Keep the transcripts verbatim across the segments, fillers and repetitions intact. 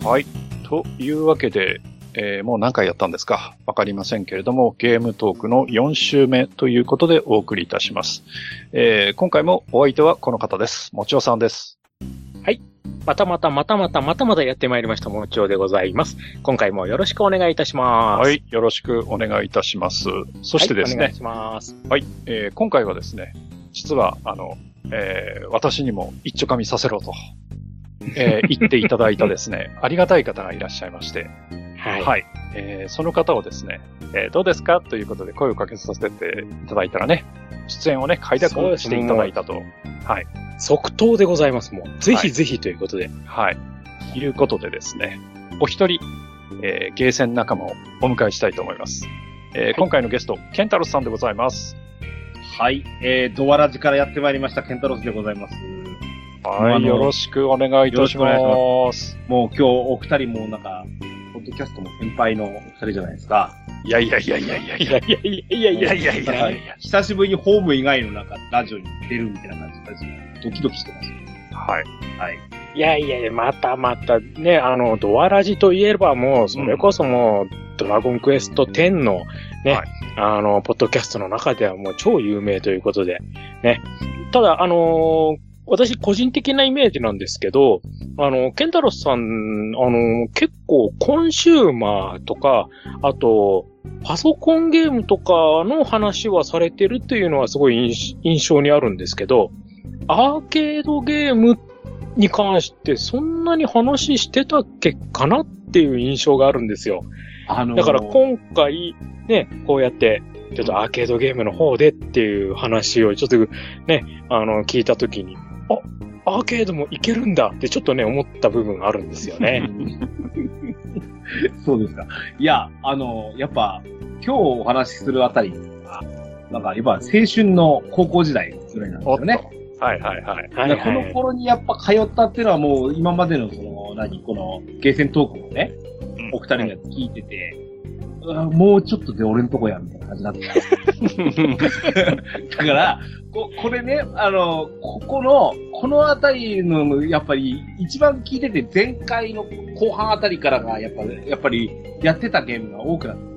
はい。というわけで、えー、もう何回やったんですかわかりませんけれども、ゲームトークのよん週目ということでお送りいたします。えー、今回もお相手はこの方です。もちおさんです。 はい。またまたまたまたまたまたやってまいりました、もちおでございます。今回もよろしくお願いいたします。 はい。よろしくお願いいたします。そしてですね。はい、 お願いします。 はい。えー、今回はですね、実は、あの、えー、私にも一丁噛みさせろと、えー、言っていただいたですね、ありがたい方がいらっしゃいまして、はい。はい。えー、その方をですね、えー、どうですかということで声をかけさせていただいたらね、出演をね、快諾していただいたと。はい。 即答でございます、もう。ぜひぜひということで。 はい。はい、いうことでですね、お一人、えー、ゲーセン仲間をお迎えしたいと思います。えーはい、今回のゲスト、ケンタロスさんでございます。 はい。えー、ドワラジからやってまいりました、ケンタロスでございます。 はい。よろしくお願いいたします。 もう今日お二人もなんか、ポッドキャストも先輩のお二人じゃないですか。 いやいやいやいやいやいやいやいやいやいやいやいやいや久しぶりにホーム以外のなんかラジオに出るみたいな感じで、ドキドキしてます。 はい。 はい。 いやいやいや、またまたね、あの、ドアラジといえばもう、それこそもう、うん、ドラゴンクエストテンのね、はい、あの、ポッドキャストの中ではもう超有名ということで、ね。ただ、あのー、私個人的なイメージなんですけど、あの、ケンタロスさん、あの、結構コンシューマーとか、あと、パソコンゲームとかの話はされてるっていうのはすごい印象にあるんですけど、アーケードゲームに関してそんなに話してたっけかなっていう印象があるんですよ。あのー、だから今回ね、こうやってちょっとアーケードゲームの方でっていう話をちょっとね、あの、聞いたときに、あ、アーケードもいけるんだってちょっとね、思った部分があるんですよね。 そうですか。いや、あの、やっぱ、今日お話しするあたりは、なんか、やっぱ青春の高校時代ぐらいなんですよね。 はいはいはい。 はいはい、この頃にやっぱ通ったっていうのはもう今までのその、何、このゲーセントークもね、うん、お二人が聞いてて、うん、もうちょっとで俺のとこや、みたいな感じだった。だから、こ、これね、あの、ここの、このあたりの、やっぱり、一番聞いてて、前回の後半あたりからが、やっぱ、やっぱり、やってたゲームが多くなった。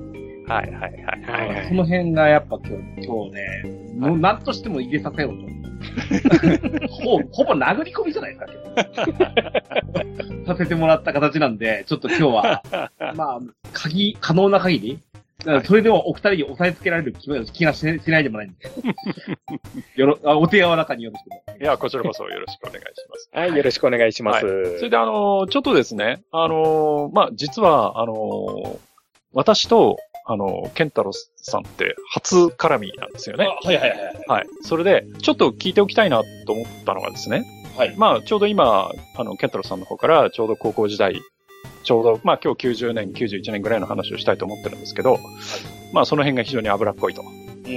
はいはいはいはい、はい。 その辺がやっぱ今日、今日ね、もう何としても入れさせようと。ほぼ、ほぼ殴り込みじゃないですか、させてもらった形なんで、ちょっと今日は、まあ、鍵、可能な限り、それでもお二人に押さえつけられる気が気がしないでもないんで。よろ、お手柔らかによろしく。 いや、こちらこそよろしくお願いします。 はい、よろしくお願いします。はい、 それであの、ちょっとですね、あの、まあ、実は、あの、私と、あの、ケンタロスさんって初絡みなんですよね。 はいはいはい。 はい。それで、ちょっと聞いておきたいなと思ったのがですね。はい。まあ、ちょうど今、あの、ケンタロスさんの方から、ちょうど高校時代、ちょうど、まあ今日きゅうじゅうねん、きゅうじゅういちねんぐらいの話をしたいと思ってるんですけど、はい、まあその辺が非常に脂っこいと、うん、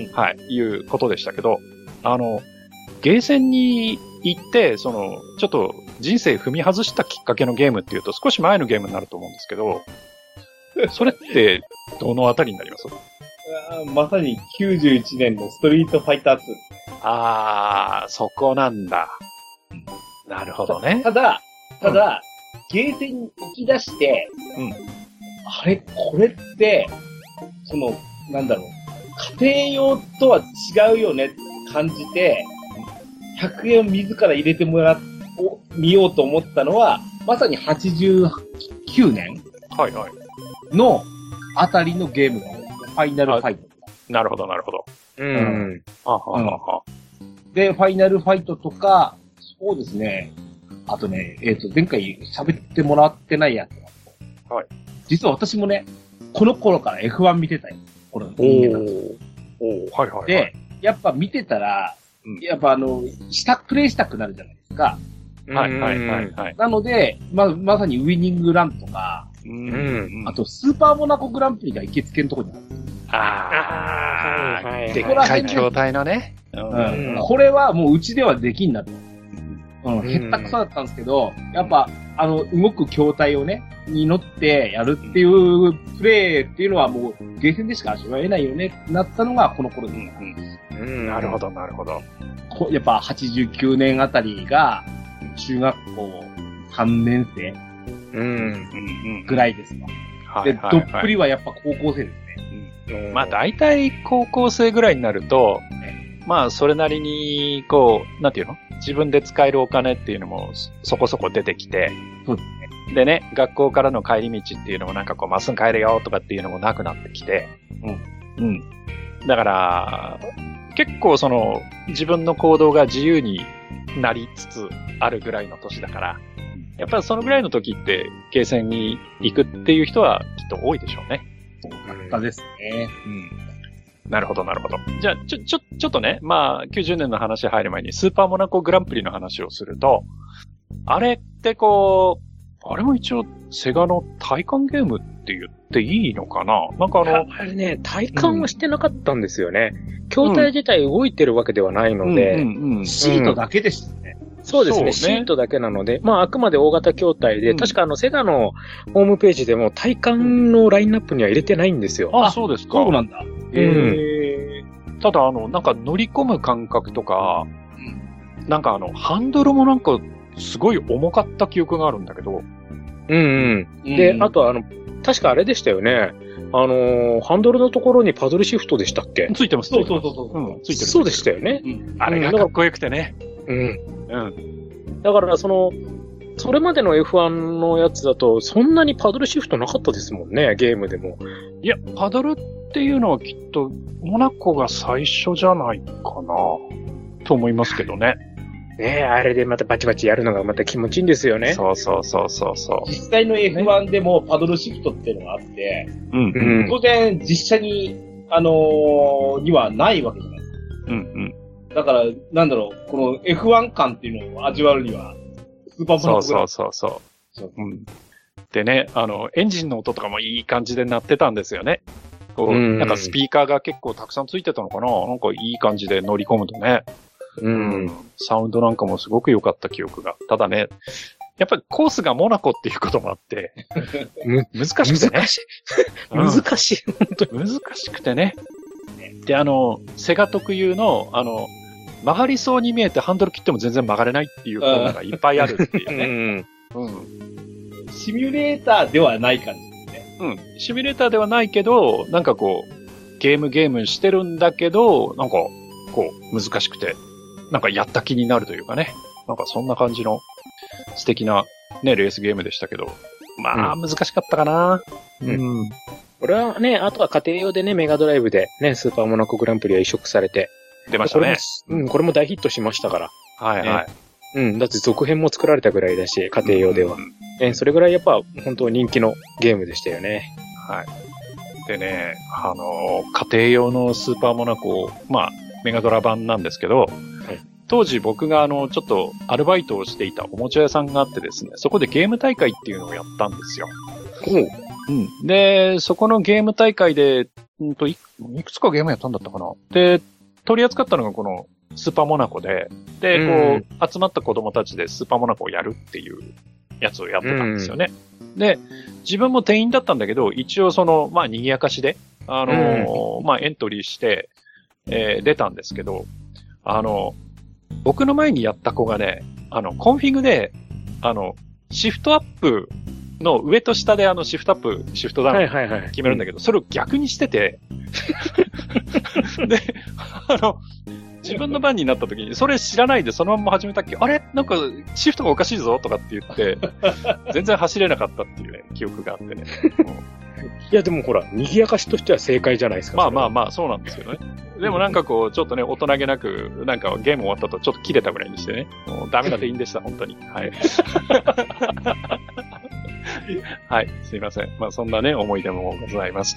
はい、いうことでしたけど、あの、ゲーセンに行って、その、ちょっと人生踏み外したきっかけのゲームっていうと少し前のゲームになると思うんですけど、それってどのあたりになります？ あまさにきゅうじゅういちねんのストリートファイターツー。 あー、そこなんだ。なるほどね。 ただ、ただ、うんゲーセンに行き出して、うん、あれ、これって、その、なんだろう、家庭用とは違うよねって感じて、ひゃくえんを自ら入れてもらお、見ようと思ったのは、まさにはちじゅうきゅうねんはいはい。 のあたりのゲームが、ファイナルファイト。 なるほどなるほど。 うん。あははは。で、ファイナルファイトとか、そうですね、あとね、えっと、前回喋ってもらってないやつ。はい。実は私もね、この頃から エフワン 見てたよ。この人間なんですよ。 おー、はいはい、はい。 で、やっぱ見てたら、うん、やっぱあの、した、プレイしたくなるじゃないですか。 はいはいはいはい。 なので、ま、まさにウィニングランとか、うん、あとスーパーモナコグランプリが行きつけのところにある。 あー、はいはい、でっかい筐体のね、 うんうん。これはもううちではできんなと。うん、へったくそだったんですけど、やっぱ、あの、動く筐体をね、に乗ってやるっていうプレイっていうのはもう、ゲーセンでしか味わえないよねってなったのがこの頃です。 うん、うん、なるほど、なるほど。 やっぱはちじゅうきゅうねんあたりが、中学校さんねん生うん。 ぐらいですか。で、どっぷりはやっぱ高校生ですね。まあ大体高校生ぐらいになると、まあそれなりに、こう、なんていうの？自分で使えるお金っていうのもそこそこ出てきて、 そうですね。 でね、学校からの帰り道っていうのもなんかこう、まっすぐ帰れよとかっていうのもなくなってきて、うん。うん。だから、結構その、自分の行動が自由になりつつあるぐらいの年だから、やっぱりそのぐらいの時って、ゲーセンに行くっていう人はきっと多いでしょうね。 そうかですね。 うん。なるほど、なるほど。じゃあ、ちょ、ちょ、ちょっとね、まあ、きゅうじゅうねんの話入る前に、スーパーモナコグランプリの話をすると、あれってこう、あれも一応、セガの体感ゲームって言っていいのかな？なんかあの、 あれね、体感はしてなかったんですよね。うん、筐体自体動いてるわけではないので、 うんうんうん、シートだけでしたね。 そうですね、シートだけなので、まあ、あくまで大型筐体で、うん、確かあの、セガのホームページでも体感のラインナップには入れてないんですよ。 あ、そうですか。 そうなんだ。 へー。ただ、あの、なんか乗り込む感覚とか、うん、なんかあの、ハンドルもなんか、すごい重かった記憶があるんだけど。 うんうん。で、うん、あとあの、確かあれでしたよね。あのー、ハンドルのところにパドルシフトでしたっけ？ ついてます。 そうそうそうそう。 うん、ついてる。 そうでしたよね。 うん、あれがかっこよくてね。 うん。うん。だから、その、それまでの エフワン のやつだと、そんなにパドルシフトなかったですもんね、ゲームでも。 いや、パドルっていうのはきっと、モナコが最初じゃないかな、と思いますけどね。 ねえ、あれでまたバチバチやるのがまた気持ちいいんですよね。 そうそうそうそうそう。 実際の エフワン でもパドルシフトっていうのがあって、 うん、うん、 当然実写に、あのー、にはないわけじゃないですか。 うんうん。 だから、なんだろう、この エフワン 感っていうのを味わうには、スーパーモナコそうそうそうそう。そう、うん。でね、あの、エンジンの音とかもいい感じで鳴ってたんですよね。こう、うん、なんかスピーカーが結構たくさんついてたのかな？なんかいい感じで乗り込むとね。 うん。 サウンドなんかもすごく良かった記憶が。ただね、やっぱりコースがモナコっていうこともあって、む難しくてね。 難しい。難しい。本当に難しくてね。で、あの、セガ特有の、あの、曲がりそうに見えてハンドル切っても全然曲がれないっていうコーナーがいっぱいあるっていうね。うん。うん。 シミュレーターではない感じですね。 うん。シミュレーターではないけど、なんかこう、ゲームゲームしてるんだけど、なんか、こう、難しくて、なんかやった気になるというかね。なんかそんな感じの素敵なね、レースゲームでしたけど。まあ、難しかったかな。 うん。うん、これはね、あとは家庭用でね、メガドライブでね、スーパーモナコグランプリは移植されて。 出ましたね。 うん、これも大ヒットしましたから。 はいはい。 ね、うん、だって続編も作られたぐらいだし、家庭用では。うん、えそれぐらいやっぱ本当人気のゲームでしたよね。 はい。でね、あの、家庭用のスーパーモナコ、まあ、メガドラ版なんですけど、はい、当時僕があの、ちょっとアルバイトをしていたおもちゃ屋さんがあってですね、そこでゲーム大会っていうのをやったんですよ。 おう。 うん。で、そこのゲーム大会で、うんとい、いくつかゲームやったんだったかな。で、取り扱ったのがこのスーパーモナコで、で、こう、集まった子供たちでスーパーモナコをやるっていうやつをやってたんですよね。で、自分も店員だったんだけど、一応その、まあ、賑やかしで、あのー、まあ、エントリーして、えー、出たんですけど、あの、僕の前にやった子がね、あの、コンフィグで、あの、シフトアップの上と下であの、シフトアップ、シフトダウン決めるんだけど、それを逆にしてて、で、あの、自分の番になった時に、それ知らないでそのまま始めたっけ、あれなんか、シフトがおかしいぞとかって言って、全然走れなかったっていうね、記憶があってね。 いや、でもほら、賑やかしとしては正解じゃないですか。 まあまあまあ、そうなんですけどね。でもなんかこう、ちょっとね、大人げなく、なんかゲーム終わったとちょっと切れたぐらいにしてね。もうダメな店員でした、本当に。はい。はい、すいません。まあそんなね、思い出もございます。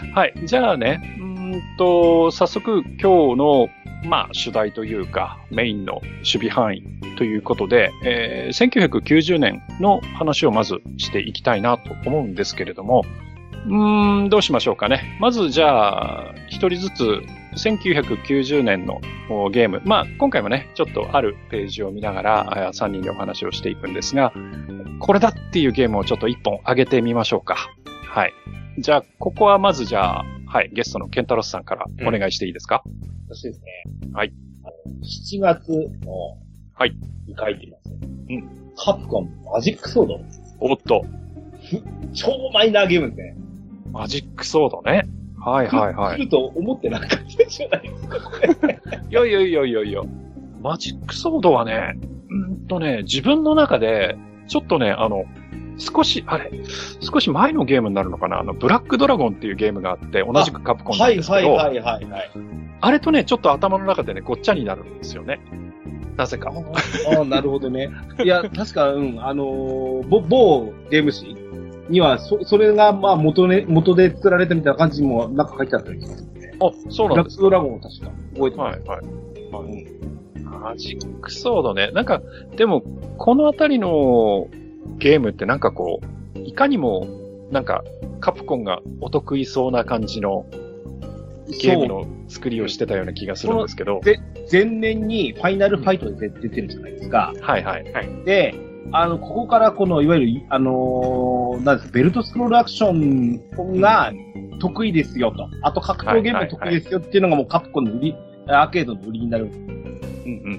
はい、じゃあね、うーんと、早速今日の、まあ主題というか、メインの守備範囲ということで、えー、せんきゅうひゃくきゅうじゅうねんの話をまずしていきたいなと思うんですけれども、うーん、どうしましょうかね。まずじゃあ、一人ずつ、せんきゅうひゃくきゅうじゅうねんのゲーム。まあ、今回もね、ちょっとあるページを見ながら、さんにんでお話をしていくんですが、これだっていうゲームをちょっと一本上げてみましょうか。はい。じゃあ、ここはまずじゃあ、はい、ゲストのケンタロスさんからお願いしていいですか？ うん、私ですね。 はい。 あの、しちがつの、 はい。 に書いてます、ね。 うん。 カプコンマジックソード。 おっと。 超マイナーゲームですね。 マジックソードね。はいはいはい。 来ると思ってなかったじゃないですか、これ。 いやいやいやいやいや。マジックソードはね、うんとね、自分の中で、ちょっとね、あの、少し、あれ、少し前のゲームになるのかな、あの、ブラックドラゴンっていうゲームがあって、同じくカプコンなんですけど、 はいはいはいはい、はい。 あれとね、ちょっと頭の中でね、ごっちゃになるんですよね。なぜか。 ああ、なるほどね。いや、確か、うん、あのー、某、某ゲーム誌には、そ、それが、まあ、元ね、元で作られたみたいな感じにも、なんか書いてあったりしますね。 あ、そうなんですか。 ブラックドラゴンを確か覚えてます。 はいはい。はい、うん、マジックソードね。なんか、でも、このあたりのゲームってなんかこう、いかにも、なんか、カプコンがお得意そうな感じのゲームの作りをしてたような気がするんですけど。 で、前年にファイナルファイトで出てるじゃないですか。 はいはいはい。 で、あの、ここからこの、いわゆる、あのー、なんですか、ベルトスクロールアクションが得意ですよと。あと格闘ゲームも得意ですよっていうのがもうカプコンの売り、アーケードの売りになる。うんうん。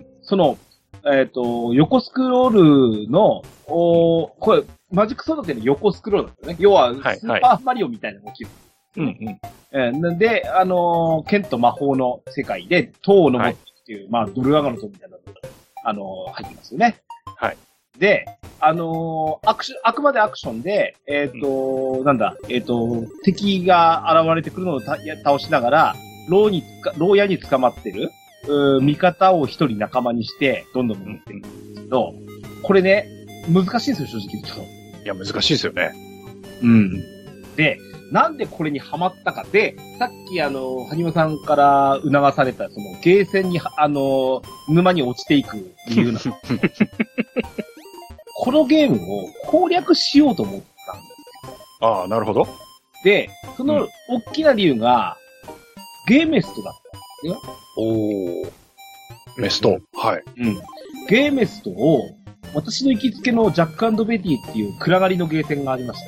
その、えっ、ー、と、横スクロールの、おこれ、マジックソードって横スクロールなんですよね。要は、スーパーマリオみたいな動き。 うんうん。 えー、で、あのー、剣と魔法の世界で、塔を登っていくっていう、はい、まあ、ドルアガの塔みたいなのが、あのー、入ってますよね。 はい。 で、あのー、アクション、あくまでアクションで、えっ、ー、と、うん、なんだ、えっ、ー、と、敵が現れてくるのをた倒しながら、牢につか、牢屋に捕まってる、う味方を一人仲間にして、どんどん持ってるんですけど、これね、難しいんですよ、正直言うと。 いや、難しいですよね。 うん。で、なんでこれにハマったかで、さっきあの、はじめさんから促された、その、ゲーセンに、あの、沼に落ちていく理由なんですけど、このゲームを攻略しようと思ったんですよ。 ああ、なるほど。 で、その大きな理由が、うん、ゲーメストだったんですよ。 おー。メスト。はい。 うん。ゲーメストを、私の行きつけのジャック&ベティっていう暗がりのゲーセンがありまして。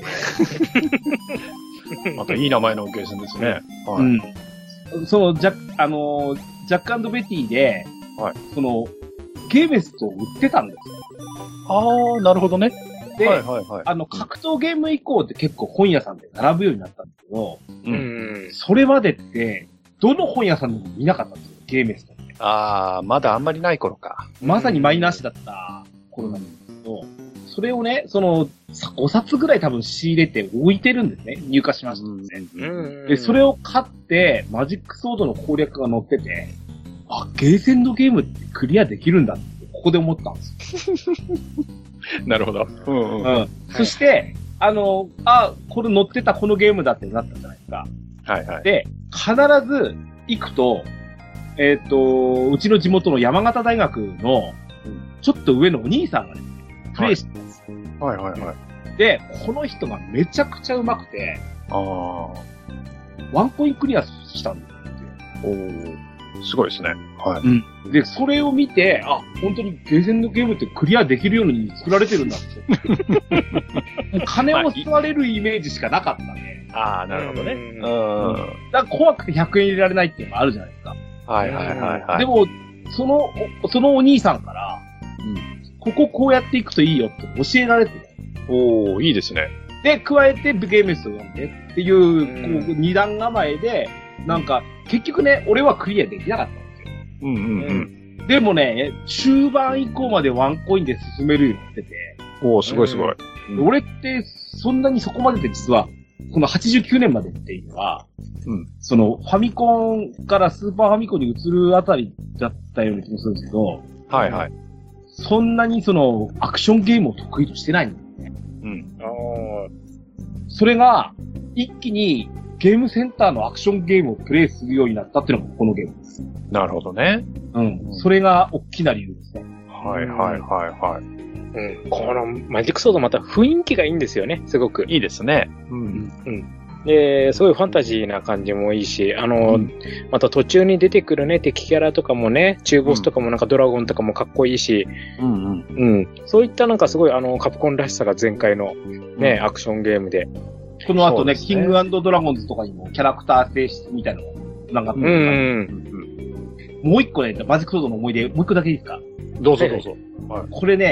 またいい名前のゲーセンですね。 はい。うん。その、ジャック、あの、ジャック&ベティで、はい。その、ゲーメストを売ってたんですよ。 ああ、なるほどね。 で、はいはいはい、あの、格闘ゲーム以降って結構本屋さんで並ぶようになったんですけど、うん。それまでって、どの本屋さんでも見なかったんですよ、ゲーメストって。 ああ、まだあんまりない頃か。 まさにマイナー誌だった頃なんですけど、それをね、その、ごさつぐらい多分仕入れて置いてるんですね。入荷しましたんで、ね。うん。で、それを買って、マジックソードの攻略が載ってて、あ、ゲーセンのゲームってクリアできるんだって、ここで思ったんですよ。 なるほど。うんうん。うん。 そして、あの、あ、これ載ってたこのゲームだってなったじゃないですか。 はいはい。 で、必ず行くと、えっ、ー、と、うちの地元の山形大学の、ちょっと上のお兄さんがね、プレイしてたんですよ。 はいはいはい。 で、この人がめちゃくちゃ上手くて、ああ。ワンコインクリアしたんですよ。 おー。すごいですね。はい。 うん。で、それを見て、あ、本当にゲーセンのゲームってクリアできるように作られてるんだって。金を吸われるイメージしかなかったね。 ああ、なるほどね。うん。 だから怖くてひゃくえん入れられないっていうのがあるじゃないですか。 はいはいはいはい。 でも、その、そのお兄さんから、うん、こここうやっていくといいよって教えられてる。 おー、いいですね。 で、加えてゲーメスを読んでっていう、うん、こう、二段構えで、なんか、結局ね、俺はクリアできなかったんですよ。 うんうんうん。 でもね、中盤以降までワンコインで進めるようになってて。 おー、すごいすごい。 うん、俺って、そんなにそこまでで実は、このはちじゅうきゅうねんまでっていうのは、うん、その、ファミコンからスーパーファミコンに移るあたりだったような気もするんですけど、 はいはい。 そんなにその、アクションゲームを得意としてないんだよね。 うん。あそれが、一気に、ゲームセンターのアクションゲームをプレイするようになったっていうのがこのゲームです。 なるほどね。 うん。それが大きな理由ですね。 はいはいはいはい。 うん。このマジックソードまた雰囲気がいいんですよね、すごく。 いいですね。 うん。うん。で、そういうファンタジーな感じもいいし、あの、うん、また途中に出てくるね、敵キャラとかもね、中ボスとかもなんかドラゴンとかもかっこいいし、うんうん。うん。そういったなんかすごいあの、カプコンらしさが全開のね、うん、アクションゲームで。 この後ね、ねキング&ドラゴンズとかにもキャラクター性質みたいなのがなんか、うん、うん。もう一個ね、マジックソードの思い出、もう一個だけいいですか？ どうぞどうぞ。 はい、これね、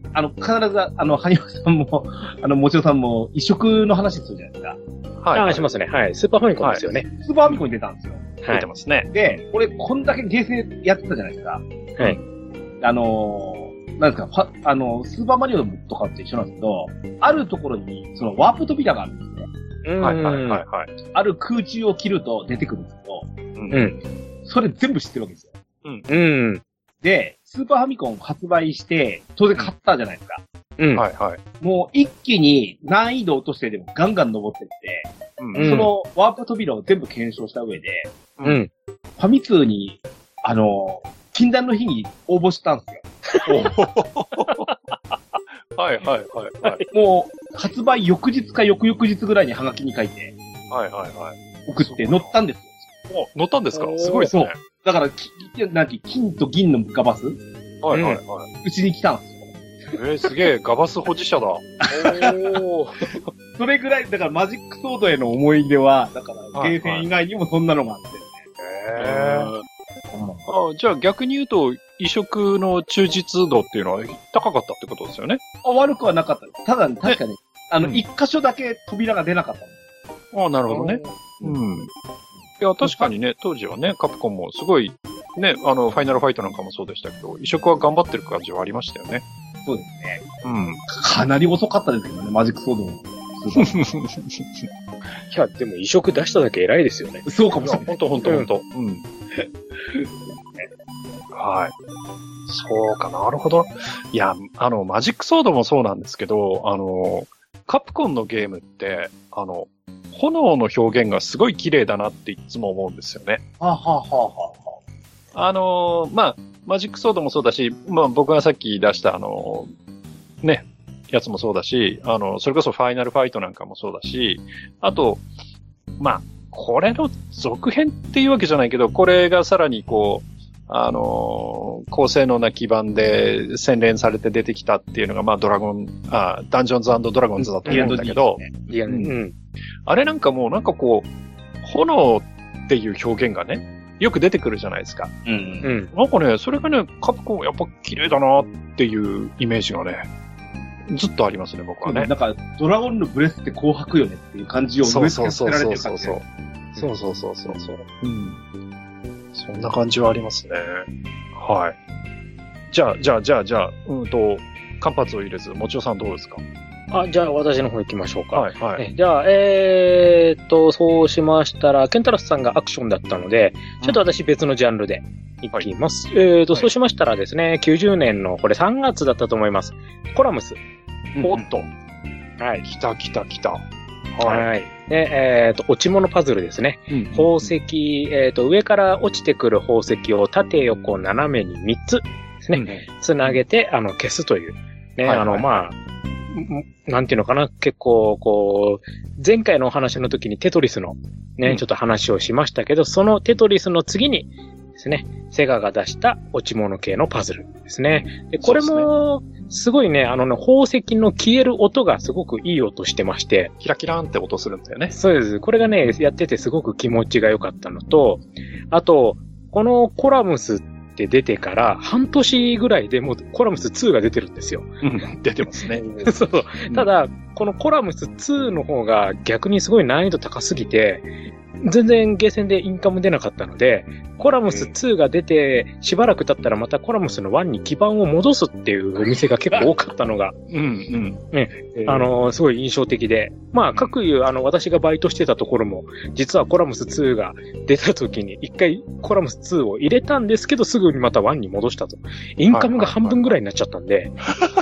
あの、必ず、あの、羽生さんも、あの、もちろさんも、移植の話するじゃないですか。 はい。ああ、しますね。はい。スーパーファミコンですよね。 スーパーファミコンに出たんですよ。 はい。出てますね。 で、俺、こんだけゲーセンやってたじゃないですか。 はい。 あのー、なんですか、あの、スーパーマリオとかって一緒なんですけど、あるところに、そのワープ扉があるんですね。 うん。 はいはいはいはい。 ある空中を切ると出てくるんですけど、 うん。 それ全部知ってるわけですよ。 うん。うん。 で、スーパーファミコン発売して、当然買ったじゃないですか。 うん。 はいはい。 もう一気に難易度落としてでもガンガン登ってって、うん、そのワープ扉を全部検証した上で、 うん。 ファミ通に、あの、禁断の日に応募したんですよ。 はいはいはいはい。 もう、発売翌日か翌々日ぐらいにハガキに書いて、 はいはいはい。 送って乗ったんですよ。お、乗ったんですか？すごいですね。 だから、き、なんて、金と銀のガバスはいはいはい。 うちに来たんですよ。 えー、すげえ、ガバス保持者だ。おー。 それぐらい、だからマジックソードへの思い出は、だから、ゲーセン以外にもそんなのがあって、ね。 へー。あ、じゃあ逆に言うと、移植の忠実度っていうのは高かったってことですよね。 あ、悪くはなかった。ただ、確かに、あの、一、うん、箇所だけ扉が出なかったんです。 ああ、なるほどね。うん。いや、確かにね、当時はね、カプコンもすごい、ね、あの、ファイナルファイトなんかもそうでしたけど、移植は頑張ってる感じはありましたよね。 そうですね。 うん。 かなり遅かったですけどね、マジックソードも。 いや、でも移植出しただけ偉いですよね。 そうかもしれない。 ほんとほんとほんと。うん。はい。そうかなるほど。いや、あの、マジックソードもそうなんですけど、あの、カプコンのゲームって、あの、炎の表現がすごい綺麗だなっていつも思うんですよね。 はあ、はあはあはあ、あの、まあ、マジックソードもそうだし、まあ僕がさっき出したあの、ね、やつもそうだし、あの、それこそファイナルファイトなんかもそうだし、あと、まあ、これの続編っていうわけじゃないけど、これがさらにこう、あの、高性能な基盤で洗練されて出てきたっていうのが、まあ、ドラゴン、あ、ダンジョンズ&ドラゴンズだと思うんだけど、 いや、うん。 あれなんかもうなんかこう、炎っていう表現がね、よく出てくるじゃないですか。 うん。うん。 なんかね、それがね、カプコンやっぱ綺麗だなっていうイメージがね、ずっとありますね、僕はね。 なんか、ドラゴンのブレスって紅白よねっていう感じを植え付けられてる感じ。 そうそうそうそうそうそう。うん。そんな感じはありますね。はい。じゃあ、じゃあ、じゃあ、じゃあ、うんと、間髪を入れず、もちおさんどうですか？ あ、じゃあ私の方行きましょうか。 はい、はい。 じゃあ、えーっと、そうしましたら、ケンタロスさんがアクションだったので、ちょっと私別のジャンルで行きます。はい、えーっと、はい、そうしましたらですね、きゅうじゅうねんの、これさんがつだったと思います。コラムス。 おっと。 はい。 来た来た来た。 はい。はい、で、えっ、ー、と、落ち物パズルですね。うんうんうん、宝石、えっ、ー、と、上から落ちてくる宝石を縦横斜めにみっつですね。うん、つなげて、あの、消すという。ね、はいはい、あの、まあ、なんていうのかな、結構、こう、前回のお話の時にテトリスのね、うん、ちょっと話をしましたけど、そのテトリスの次にですね、セガが出した落ち物系のパズルですね。で、これも、すごいね、あのね、宝石の消える音がすごくいい音してまして。 キラキランって音するんだよね。 そうです。これがね、やっててすごく気持ちが良かったのと、あと、このコラムスって出てから半年ぐらいでもうコラムスツーが出てるんですよ。 うん、出てますね。 そう。ただ、このコラムスツーの方が逆にすごい難易度高すぎて、全然ゲーセンでインカム出なかったので、コラムスツーが出て、しばらく経ったらまたコラムスのワンに基盤を戻すっていうお店が結構多かったのが、 うんうん。 ね、あの、すごい印象的で、まあ、各いう、あの、私がバイトしてたところも、実はコラムスツーが出た時に、一回コラムスツーを入れたんですけど、すぐにまたワンに戻したと。インカムが半分ぐらいになっちゃったんで。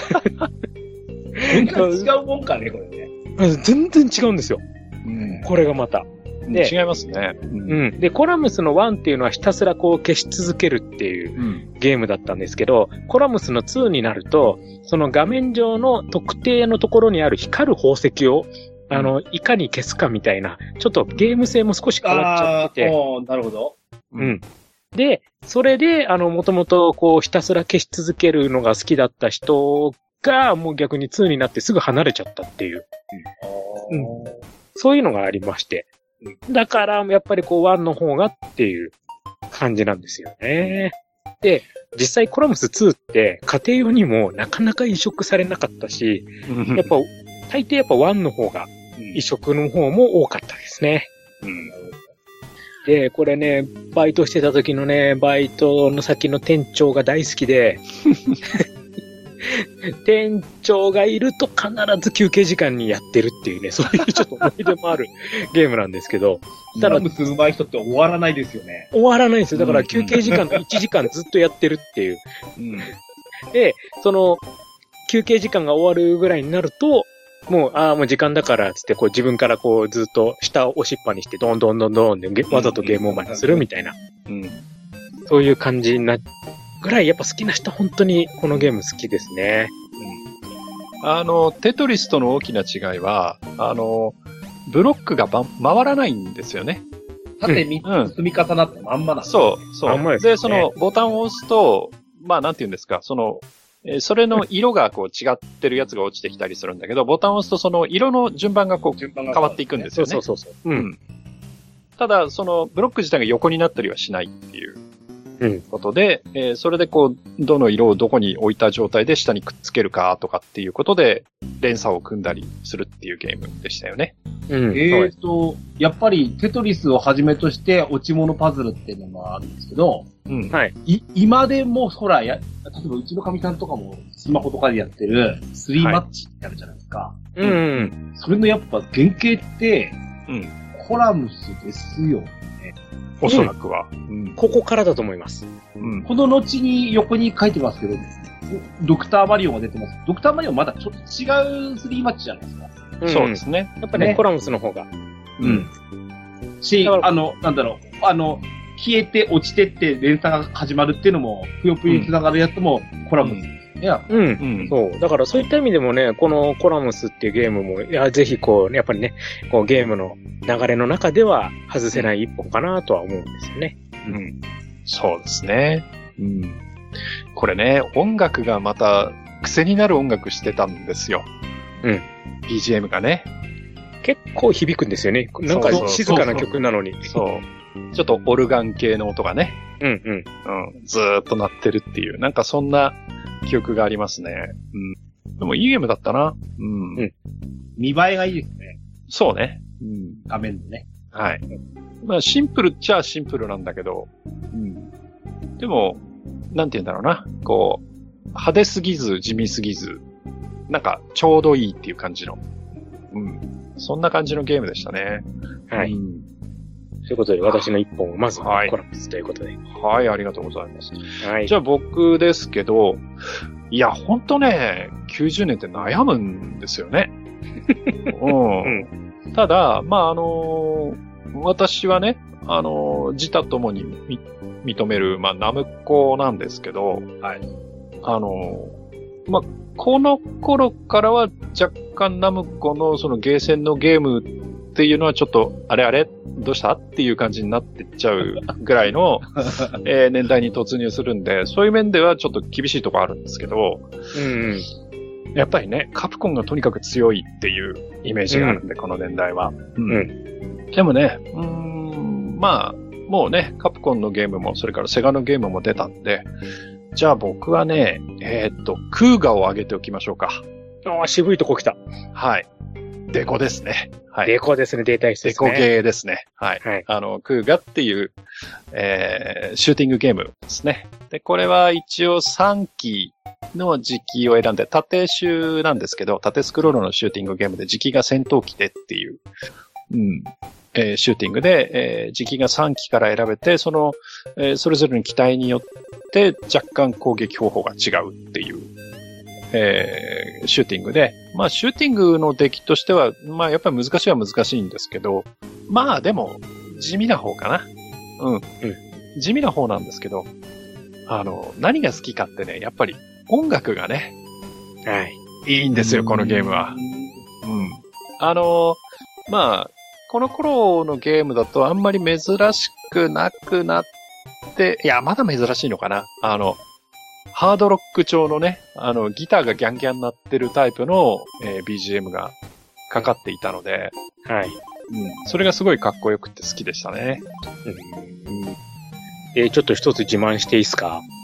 全然違うもんかね、これね。 全然違うんですよ。 うん、 これがまた。 で、違いますね、 うん。うん。で、コラムスのワンっていうのはひたすらこう消し続けるっていうゲームだったんですけど、うん、コラムスのツーになると、その画面上の特定のところにある光る宝石を、あの、いかに消すかみたいな、ちょっとゲーム性も少し変わっちゃってて。 ああ、なるほど。 うん。で、それで、あの、もともとこうひたすら消し続けるのが好きだった人が、もう逆にツーになってすぐ離れちゃったっていう。うん。うん、そういうのがありまして。だから、やっぱりこう、ワンの方がっていう感じなんですよね。で、 実際コラムスツーって家庭用にもなかなか移植されなかったし、やっぱ大抵やっぱワンの方が移植の方も多かったですね。うん、で、これね、バイトしてた時のね、バイトの先の店長が大好きで、店長がいると必ず休憩時間にやってるっていうね、そういうちょっと思い出もあるゲームなんですけど。 ただ、コラムス上手い人って終わらないですよね。 終わらないんですよ。だから休憩時間のいちじかんずっとやってるっていう。うん、で、その、休憩時間が終わるぐらいになると、もう、ああ、もう時間だから、つって、こう自分からこうずっと下を押しっぱにして、どんどんどんどんで、わざとゲームオーバーにするみたいな。うん。そういう感じにな、ぐらい、やっぱ好きな人本当にこのゲーム好きですね。 うん。あの、テトリスとの大きな違いは、あの、ブロックがば回らないんですよね。 縦みっつ積み重なったまんまなんです、 ね、うん。そう、そう。まんまですね。で、そのボタンを押すと、まあなんて言うんですか、その、それの色がこう違ってるやつが落ちてきたりするんだけど、ボタンを押すとその色の順番がこう変わっていくんですよね。 そうそうそう。うん。 ただ、そのブロック自体が横になったりはしないっていうことで、うん、えー、それでこう、どの色をどこに置いた状態で下にくっつけるかとかっていうことで、連鎖を組んだりするっていうゲームでしたよね。 うん。えーと、やっぱりテトリスをはじめとして落ち物パズルっていうのがあるんですけど、うん。はい。い、今でも、ほら、や、例えばうちのかみさんとかもスマホとかでやってるスリーマッチってあるじゃないですか。はい、うん、うん。それのやっぱ原型って、うん。コラムスですよね。 おそらくは、 うん。ここからだと思います。 うん。この後に横に書いてますけど、ドクターマリオが出てます。ドクターマリオまだちょっと違うスリーマッチじゃないですか。 うん、そうですね。 やっぱね、ねコラムスの方が。 うん。し、あの、なんだろう、あの、消えて落ちてって連鎖が始まるっていうのも、ぷよぷよに繋がるやつもコラムス。 いや、うん、うん。そう。だからそういった意味でもね、このコラムスっていうゲームも、いや、ぜひこう、やっぱりね、こうゲームの流れの中では外せない一本かなとは思うんですよね。 うん。そうですね。うん。これね、音楽がまた癖になる音楽してたんですよ。うん。ビージーエム がね。 結構響くんですよね。なんか静かな曲なのに。 そう。ちょっとオルガン系の音がね。うんうん。うん。ずーっと鳴ってるっていう。なんかそんな記憶がありますね。うん。でもいいゲームだったな。うん。うん。 見栄えがいいですね。 そうね。うん。 画面のね。 はい。まあシンプルっちゃシンプルなんだけど。うん。でも、なんて言うんだろうな。こう、派手すぎず、地味すぎず。なんか、ちょうどいいっていう感じの。うん。そんな感じのゲームでしたね。 はい。うん、ということで、私の一本をまず、コラムスということで。 はい、ありがとうございます。はい。じゃあ僕ですけど、いや、ほんとね、きゅうじゅうねんって悩むんですよね。うん、うん。ただ、まあ、あのー、私はね、あのー、自他ともに認める、まあ、ナムコなんですけど、はい。あのー、まあ、この頃からは若干ナムコのそのゲーセンのゲームっていうのはちょっとあれあれどうしたっていう感じになってっちゃうぐらいの、えー、年代に突入するんで、そういう面ではちょっと厳しいところあるんですけど、うんうん、やっぱりね、カプコンがとにかく強いっていうイメージがあるんで、うん、この年代は。うんうん、でもね、うーん、まあ、もうね、カプコンのゲームも、それからセガのゲームも出たんで、じゃあ僕はね、えー、っと、クーガを上げておきましょうか。 ああ、渋いとこ来た。 はい。デコですね。はい。 デコですね、データ室ですね。デコゲーですね。はい。はい、あの、クーガっていう、えー、シューティングゲームですね。で、これは一応さんきの時期を選んで、縦集なんですけど、縦スクロールのシューティングゲームで時期が戦闘機でっていう、うん。えー、シューティングで、えー、時期がさんきから選べて、その、えー、それぞれの機体によって若干攻撃方法が違うっていう、えー、シューティングで、まあシューティングの出来としては、まあやっぱり難しいは難しいんですけど、まあでも地味な方かな。うん。うん。地味な方なんですけど、あの、何が好きかってね、やっぱり音楽がね、はい。いいんですよ、このゲームは。うん。あの、まあ、この頃のゲームだとあんまり珍しくなくなって、いや、まだ珍しいのかな。あの、ハードロック調のね、あの、ギターがギャンギャン鳴ってるタイプの、えー、ビージーエム がかかっていたので、はい。うん。それがすごいかっこよくて好きでしたね。 うん。えー、ちょっと一つ自慢していいですか？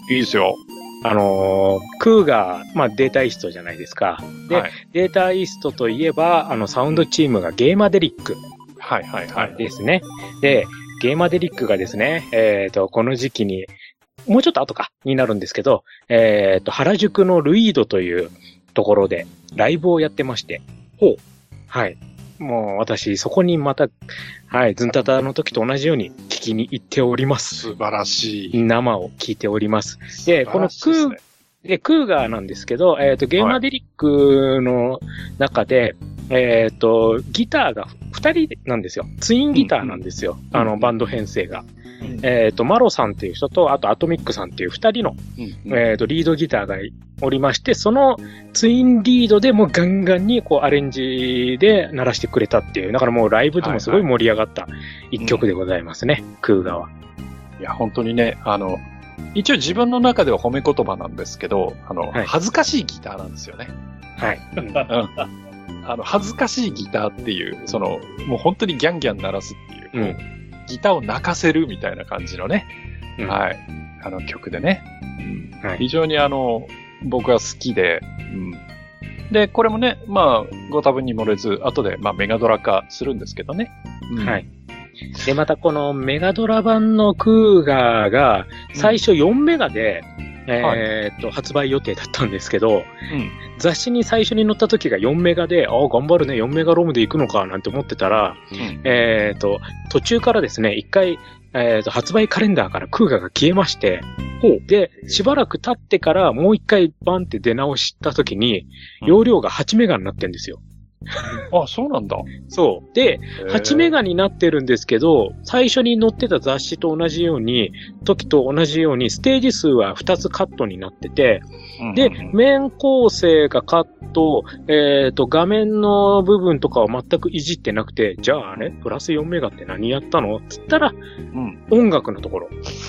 いいですよ。 あのー、クーガー、まあデータイーストじゃないですか。で、はい、データイーストといえば、あの、サウンドチームがゲーマデリック。 はいはいはい。 ですね。で、ゲーマデリックがですね、えっと、この時期に、もうちょっと後か、になるんですけど、えっと、原宿のルイードというところでライブをやってまして。 ほう。 はい。もう私、そこにまた、はい、ズンタタの時と同じように聞きに行っております。 素晴らしい。 生を聞いております。で、このクー、で、クーガーなんですけど、えっと、ゲーマデリックの中で、はい、えっと、ギターが二人なんですよ。ツインギターなんですよ。うん、あの、バンド編成が。うん、えっと、マロさんっていう人と、あとアトミックさんっていう二人の、うん、えっと、リードギターがおりまして、そのツインリードでもガンガンにこうアレンジで鳴らしてくれたっていう、だからもうライブでもすごい盛り上がった一曲でございますね、はいはい、クーガーは。 いや、本当にね、あの、一応自分の中では褒め言葉なんですけど、あの、はい、恥ずかしいギターなんですよね。 はい。 うんあの、恥ずかしいギターっていう、その、もう本当にギャンギャン鳴らすっていう、うん、ギターを泣かせるみたいな感じのね、うん、はい、あの曲でね、うんはい、非常にあの、僕は好きで、うん、で、これもね、まあ、ご多分に漏れず、後で、まあ、メガドラ化するんですけどね。 うん、はい。で、またこのメガドラ版のクーガーが、最初よんメガで、うん、えー、っと、はい、発売予定だったんですけど、うん、雑誌に最初に載った時がよんメガで、ああ、頑張るね、よんメガロムで行くのか、なんて思ってたら、うん、えー、っと、途中からですね、一回、えー、っと、発売カレンダーからクーガーが消えまして、で、しばらく経ってからもう一回バンって出直した時に、容量がはちメガになってんですよ。 あ、そうなんだ。 そう。で、はちメガになってるんですけど、最初に載ってた雑誌と同じように、時と同じように、ステージ数はふたつカットになってて、で、面構成がカット、えっと、画面の部分とかは全くいじってなくて、じゃああれプラスよんメガって何やったのつったら、うん、音楽のところ。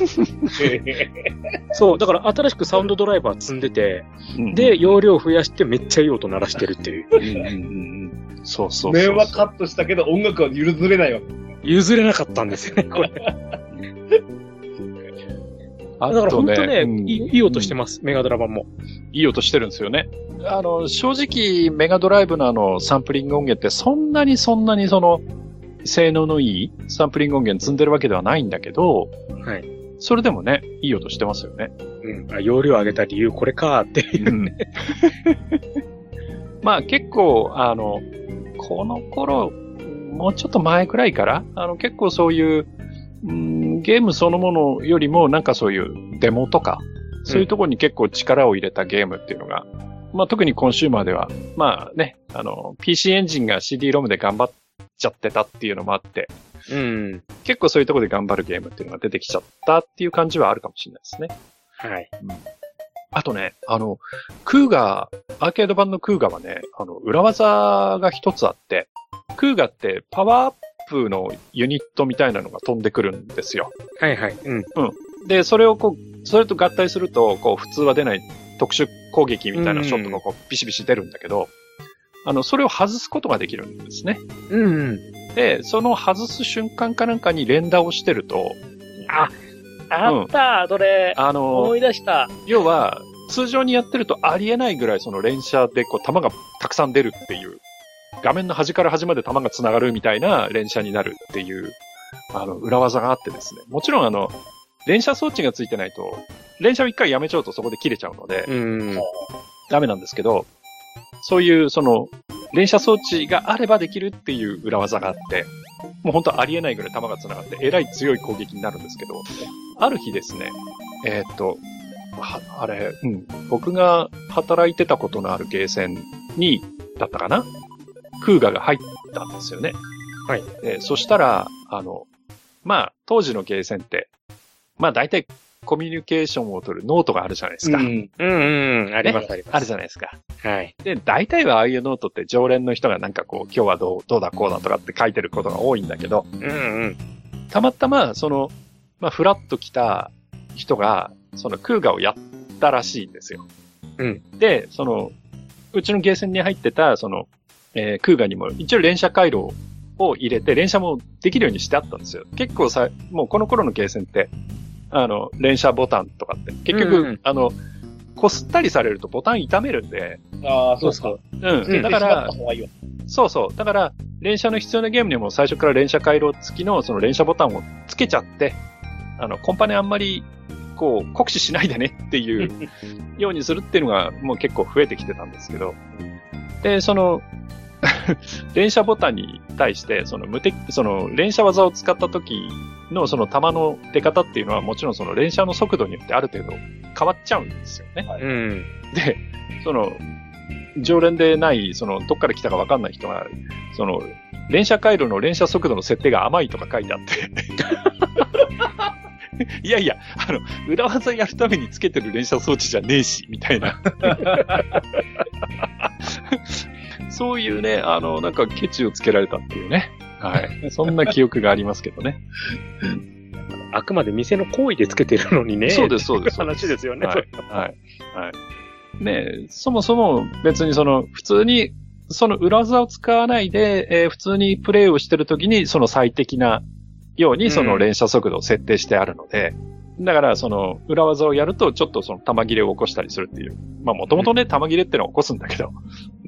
そう、だから新しくサウンドドライバー積んでて、うん、で、容量増やしてめっちゃいい音鳴らしてるっていう。うんうんうんそうそうそうそう。 面はカットしたけど音楽は譲れないわけ。 譲れなかったんですよね、これ。あだから本当ね、うん、いい音してます、メガドラ版も。 いい音してるんですよね。あの、正直、メガドライブのあの、サンプリング音源ってそんなにそんなにその、性能のいいサンプリング音源積んでるわけではないんだけど、はい。それでもね、いい音してますよね。 うん。容量上げた理由これかっていうね。 うん、まあ結構、あの、この頃、もうちょっと前くらいから、あの結構そういう、うん、ゲームそのものよりもなんかそういうデモとか、そういうところに結構力を入れたゲームっていうのが、うん、まあ特にコンシューマーでは、まあね、あの、ピーシー エンジンが シーディー ロムで頑張っちゃってたっていうのもあって、うん、結構そういうところで頑張るゲームっていうのが出てきちゃったっていう感じはあるかもしれないですね。 はい。うん、 あとね、あの、クーガー、アーケード版のクーガーはね、あの、裏技が一つあって、クーガーってパワーアップのユニットみたいなのが飛んでくるんですよ。 はいはい。うん。 うん。で、それをこう、それと合体すると、こう、普通は出ない特殊攻撃みたいなショットがこう、ビシビシ出るんだけど、あの、それを外すことができるんですね。 うんうん。 で、その外す瞬間かなんかに連打をしてると、 あ、あった、うん、それ。あの、思い出した。 要は、通常にやってるとありえないぐらいその連射でこう弾がたくさん出るっていう、画面の端から端まで弾が繋がるみたいな連射になるっていう、あの、裏技があってですね。もちろんあの、連射装置がついてないと、連射を一回やめちゃうとそこで切れちゃうので、うん、ダメなんですけど、そういうその、連射装置があればできるっていう裏技があって、もう本当ありえないぐらい弾が繋がって、えらい強い攻撃になるんですけど、ある日ですね、えー、っと、あれ、うん、僕が働いてたことのあるゲーセンに、だったかな？クーガーが入ったんですよね。 はい。 で、そしたら、あの、まあ、当時のゲーセンって、まあ大体コミュニケーションを取るノートがあるじゃないですか。うん、 うん、うん、あります、あります。 あるじゃないですか。 はい。 で、大体はああいうノートって常連の人がなんかこう、今日はどう、どうだこうだとかって書いてることが多いんだけど、 うんうん。 たまたま、その、まあ、フラッと来た人が、そのクーガーをやったらしいんですよ。 うん。 で、その、うちのゲーセンに入ってた、その、えー、クーガーにも一応連射回路を入れて、連射もできるようにしてあったんですよ。結構さ、もうこの頃のゲーセンって、 あの、連射ボタンとかって。結局、うん、あの、こすったりされるとボタン痛めるんで。 ああ、そうですか。 うん。だから、そうそう。だから、連射の必要なゲームにも最初から連射回路付きのその連射ボタンをつけちゃって、あの、コンパネあんまり、こう、酷使しないでねっていうようにするっていうのがもう結構増えてきてたんですけど。で、その、連射ボタンに対して、その無敵、その連射技を使った時のその弾の出方っていうのはもちろんその連射の速度によってある程度変わっちゃうんですよね。 うん、 で、その、常連でない、その、どっから来たかわかんない人が、その、連射回路の連射速度の設定が甘いとか書いてあって。いやいや、あの、裏技やるためにつけてる連射装置じゃねえし、みたいな。そういうね、あの、なんかケチをつけられたっていうね。はい。そんな記憶がありますけどね。 あくまで店の行為でつけてるのにね。 そうです、そうです。 話ですよね。 はい。はい。はい。ね、そもそも別にその、普通に、その裏技を使わないで、えー、普通にプレイをしてるときに、その最適なようにその連射速度を設定してあるので、うん、だからその裏技をやるとちょっとその弾切れを起こしたりするっていう。まあもともとね、弾切れってのは起こすんだけど、うん。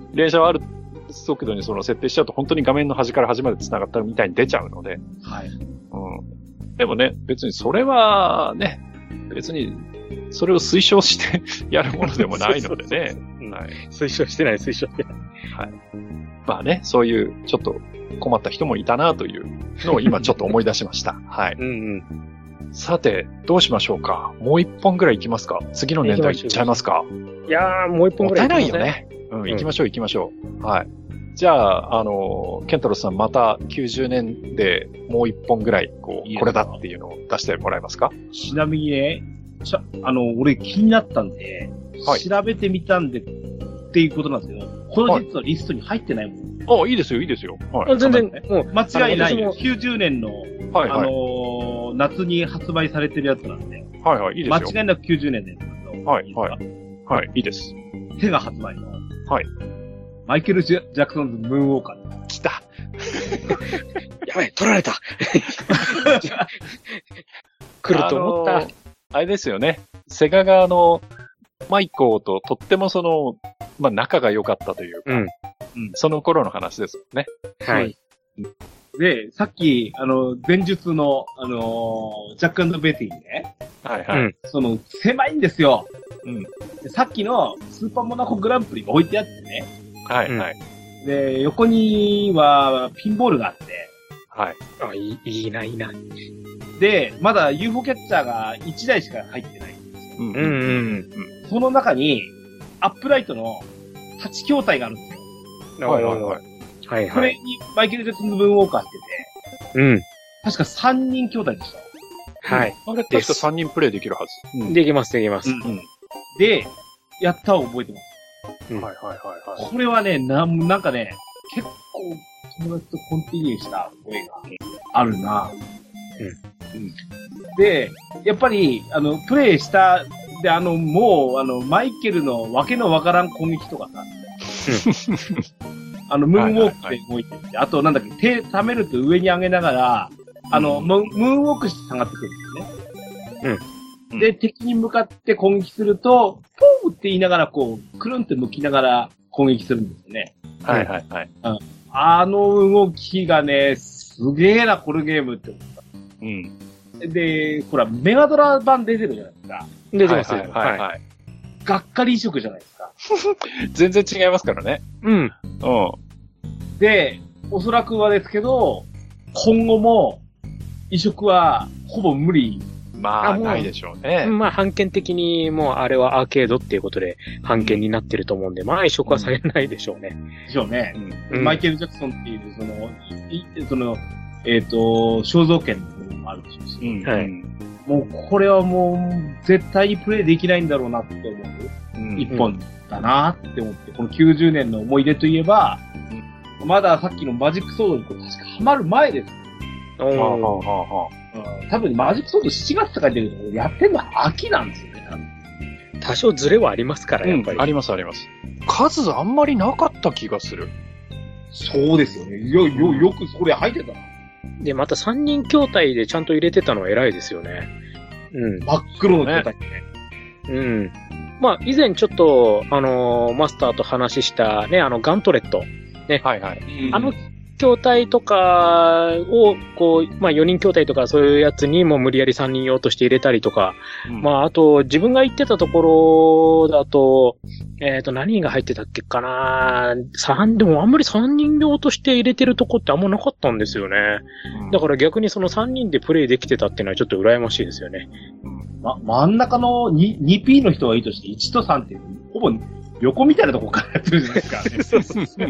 連射はある速度にその設定しちゃうと本当に画面の端から端まで繋がったみたいに出ちゃうので、 はい。 うん。でもね、別にそれはね、別にそれを推奨してやるものでもないのでね。 はい、推奨してない、推奨してない。 はい。まあね、そういうちょっと困った人もいたなというのを今ちょっと思い出しました。はい。 うんうん。 さて、どうしましょうか。もう一本ぐらい行きますか。次の年代行っちゃいますか。 いやー、もう一本ぐらい行きましょう。もったいないよね。うん、行きましょう、行きましょう。はい。じゃあ、あの、ケンタロスさんまたきゅうじゅうねんでもう一本ぐらい、こう、これだっていうのを出してもらえますか。 ちなみにね、ちゃあの、俺気になったんで、はい、調べてみたんで、っていうことなんですけど、この実はリストに入ってないもん。 はい、あ、いいですよ、いいですよ。 はい。全然、もう間違いないよ。きゅうじゅうねんの、はいはい、あのー、夏に発売されてるやつなんで。 はいはい、いいですよ。 間違いなくきゅうじゅうねんのやつなんで。 はい、はい。はい、いいです。 手が発売の。 はい。 マイケル・ジャクソンズ・ムーンウォーカー。 来た。 やばい、取られた。来ると思った。 あのー、あれですよね。セガ側のマイコーととってもその、まあ、仲が良かったというか、うん、その頃の話ですもんね。 はい。 で、さっき、あの、前述の、あのー、ジャック&ベティね。 はいはい。うん、 その、狭いんですよ。 うん。 でさっきのスーパーモナコグランプリが置いてあってね。 はいはい。 で、横にはピンボールがあって。 はい。 あ、いい、いいな、いいな。 で、まだ ユーフォー キャッチャーがいちだいしか入ってないんですよ。 うんうんうん。 その中に、アップライトのはち筐体があるんですよ。 はいはいはい。 はいはい。これにマイケル・ジャクソンズ・ムーンウォーカーしてて。うん。 確かさんにん筐体でした。 はい。 あれ確かさんにんプレイできるはず。 うん、できます、できます。うんうん、で、やったを覚えてます。 うん、はいはいはいはい。 これはね、な、なんかね、結構友達とコンティニューした声があるな。うん。うん。で、やっぱり、あの、プレイした、で、あの、もう、あの、マイケルのわけのわからん攻撃とかさ、あの、ムーンウォークで動いてて、はいはいはい、あと、なんだっけ、手溜めると上に上げながら、あの、うん、ムーンウォークして下がってくるんですね。うん。で、敵に向かって攻撃すると、ポーって言いながら、こう、くるんって向きながら攻撃するんですよね。 はいはいはい。 うん。あの動きがね、すげえな、このゲームって思った。 うん。 で、ほら、メガドラ版出てるじゃないですか。 出てますよ。 はいはいはい、はい。 がっかり移植じゃないですか。 全然違いますからね。 うん。うん。 で、おそらくはですけど、今後も移植はほぼ無理。 まあ、ないでしょうね。 まあ、版権的にもうあれはアーケードっていうことで版権になってると思うんで、まあ移植はされないでしょうね。 でしょうね。うん、マイケル・ジャクソンっていう、その、いその、えっ、ー、と、肖像権の部分もあるでしょうし。 うん、はい。 もう、これはもう、絶対にプレイできないんだろうなって思う。うん、一本だなって思って、このきゅうじゅうねんの思い出といえば、うん、まださっきのマジックソードにこう確かハマる前です。 はあはあはあはあ、うん。多分マジックソードしちがつって書いてるけど、やってんのは秋なんですよね、多分。 多少ズレはありますから、やっぱり、 うん。ありますあります。数あんまりなかった気がする。 そうですよね。よ、よ、よくそれ入ってたな。 で、またさんにん筐体でちゃんと入れてたのは偉いですよね。 うん。 真っ黒の筐体ね。 うん。まあ、以前ちょっと、あのー、マスターと話したね、あの、ガントレット。ね。 はいはい。 あの、筐体とかを、こう、まあよにん筐体とかそういうやつにも無理やりさんにん用として入れたりとか、うん、まああと自分が言ってたところだと、えっと何が入ってたっけかな三、でもあんまりさんにん用として入れてるとこってあんまなかったんですよね。うん、だから逆にそのさんにんでプレイできてたっていうのはちょっと羨ましいですよね。 ま、真ん中の に, にピーの人はいいとしていちとさんってほぼ横みたいなとこからやってるじゃないですか、ね。そうそうそう。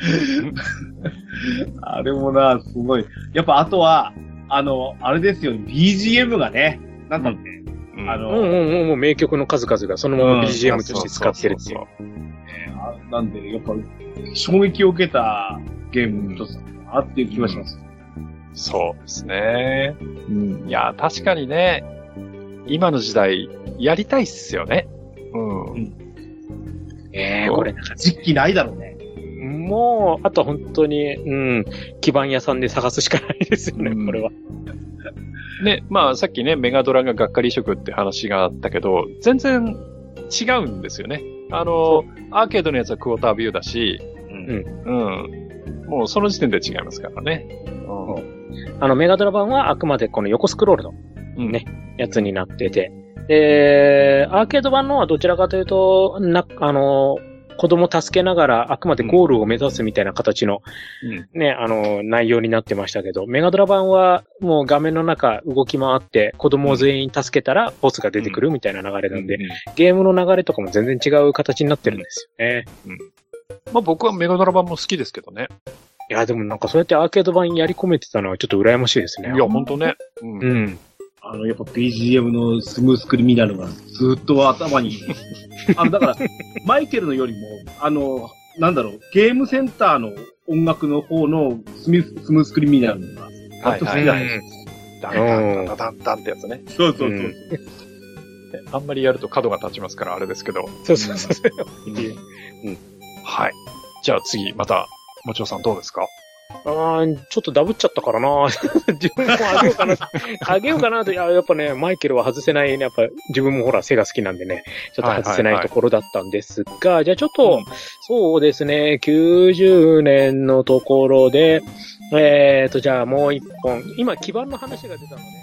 あれもな、すごい。やっぱあとは、あの、あれですよね、ビージーエム がね、なんだって、 うん、あの、うんうんうん、もう名曲の数々がそのまま ビージーエム として使ってるっていう。 なんで、やっぱ、衝撃を受けたゲームの一つだなっていう気がします。 うん、そうですね。うん、いや、確かにね、今の時代、やりたいっすよね。うん。うんええー、これなんか実機ないだろうね。 もう、あとは本当に、うん、基盤屋さんで探すしかないですよね、うん、これは。 ね、まあさっきね、メガドラががっかり色って話があったけど、全然違うんですよね。あの、アーケードのやつはクォータービューだし、うん。うん。もうその時点で違いますからね。 うん、あの、メガドラ版はあくまでこの横スクロールの、ね、うん、やつになってて、で、アーケード版のはどちらかというと、な、あの、子供助けながらあくまでゴールを目指すみたいな形の、うん、ね、あの、内容になってましたけど、メガドラ版はもう画面の中動き回って子供を全員助けたらボスが出てくるみたいな流れなんで、うんうん、ゲームの流れとかも全然違う形になってるんですよね。うん、 まあ僕はメガドラ版も好きですけどね。 いや、でもなんかそうやってアーケード版やり込めてたのはちょっと羨ましいですね。 いや、ほんとね。 うん。うんあの、やっぱ ビージーエム のスムースクリミナルがずっと頭に。あの、だから、マイケルのよりも、あの、なんだろう、ゲームセンターの音楽の方のスムスムースクリミナルが、 はいはい、はい。ダンダンダンダンダンってやつね。 そうそうそう。うん、 あんまりやると角が立ちますからあれですけど。 そうそうそう。 うんうん、はい。じゃあ次、また、もちろさんどうですか？ ああ、ちょっとダブっちゃったからな。自分もあげようかな。あげようかなと。いや、やっぱね、マイケルは外せないね。やっぱ自分もほら背が好きなんでね、ちょっと外せないところだったんですが、はいはいはい、じゃあちょっと、うん、そうですね、きゅうじゅうねんのところで、えーと、じゃあもう一本。今、基盤の話が出たのね。